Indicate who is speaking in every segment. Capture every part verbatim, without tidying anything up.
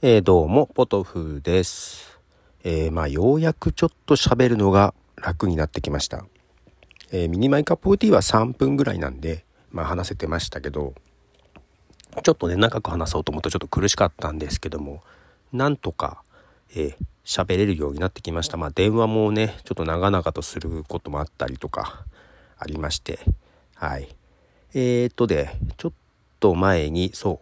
Speaker 1: えー、どうもポトフです。えー、まあようやくちょっと喋るのが楽になってきました。えー、ミニマイカップオーティーはさんぷんぐらいなんで、まあ話せてましたけど、ちょっとね長く話そうと思うとちょっと苦しかったんですけども、なんとかえー、喋れるようになってきました。まあ電話もねちょっと長々とすることもあったりとかありまして、はい。えーとでちょっと前にそう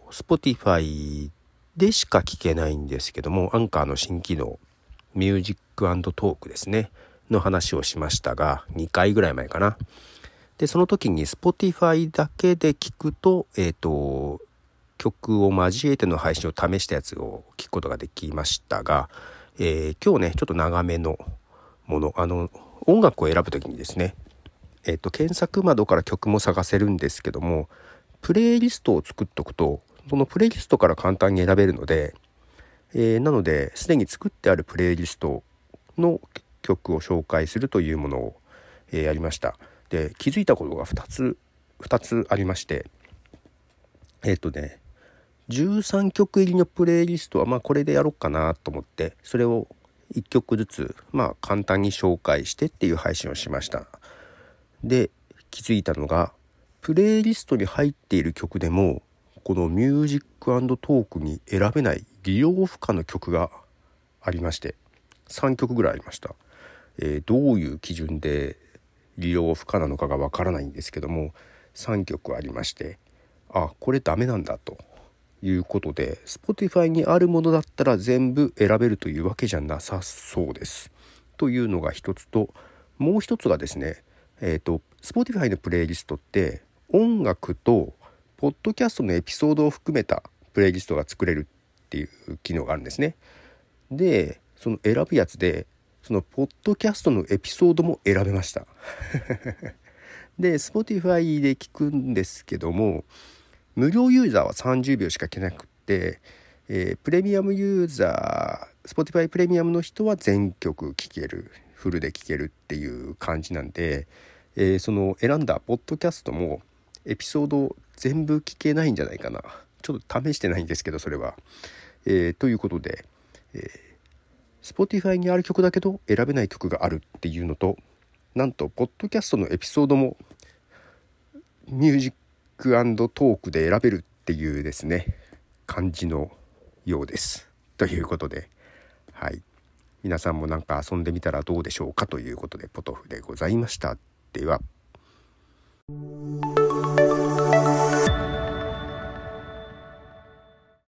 Speaker 1: Spotifyでしか聞けないんですけども、アンカーの新機能ミュージック&トークですねの話をしましたが、にかいぐらい前かな。でその時に Spotify だけで聞くとえっと曲を交えての配信を試したやつを聞くことができましたが、えー、今日ねちょっと長めのもの、あの音楽を選ぶ時にですね、えっと検索窓から曲も探せるんですけども、プレイリストを作っとくとそのプレイリストから簡単に選べるので、えー、なのですでに作ってあるプレイリストの曲を紹介するというものを、えー、やりました。で気づいたことがふたつふたつありまして、えっとねじゅうさんきょく入りのプレイリストはまあこれでやろうかなと思って、それをいっきょくずつまあ簡単に紹介してっていう配信をしました。で気づいたのが、プレイリストに入っている曲でもこのミュージック&トークに選べない利用不可の曲がありまして、さんきょくぐらいありました。えー、どういう基準で利用不可なのかがわからないんですけども、さんきょくありまして、あこれダメなんだということで、 Spotify にあるものだったら全部選べるというわけじゃなさそうですというのが一つと、もう一つがですね、えっと Spotify のプレイリストって音楽とポッドキャストのエピソードを含めたプレイリストが作れるっていう機能があるんですね。でその選ぶやつでそのポッドキャストのエピソードも選べましたで Spotify で聞くんですけども、無料ユーザーはさんじゅうびょうしか聞けなくって、えー、プレミアムユーザー Spotify プレミアムの人は全曲聴ける、フルで聴けるっていう感じなんで、えー、その選んだポッドキャストもエピソード全部聞けないんじゃないかな。ちょっと試してないんですけどそれは、えー、ということで、えー、Spotify にある曲だけど選べない曲があるっていうのと、なんとポッドキャストのエピソードもミュージックトークで選べるっていうですね感じのようですということで、はい、皆さんもなんか遊んでみたらどうでしょうかということで、ポトフでございました。では。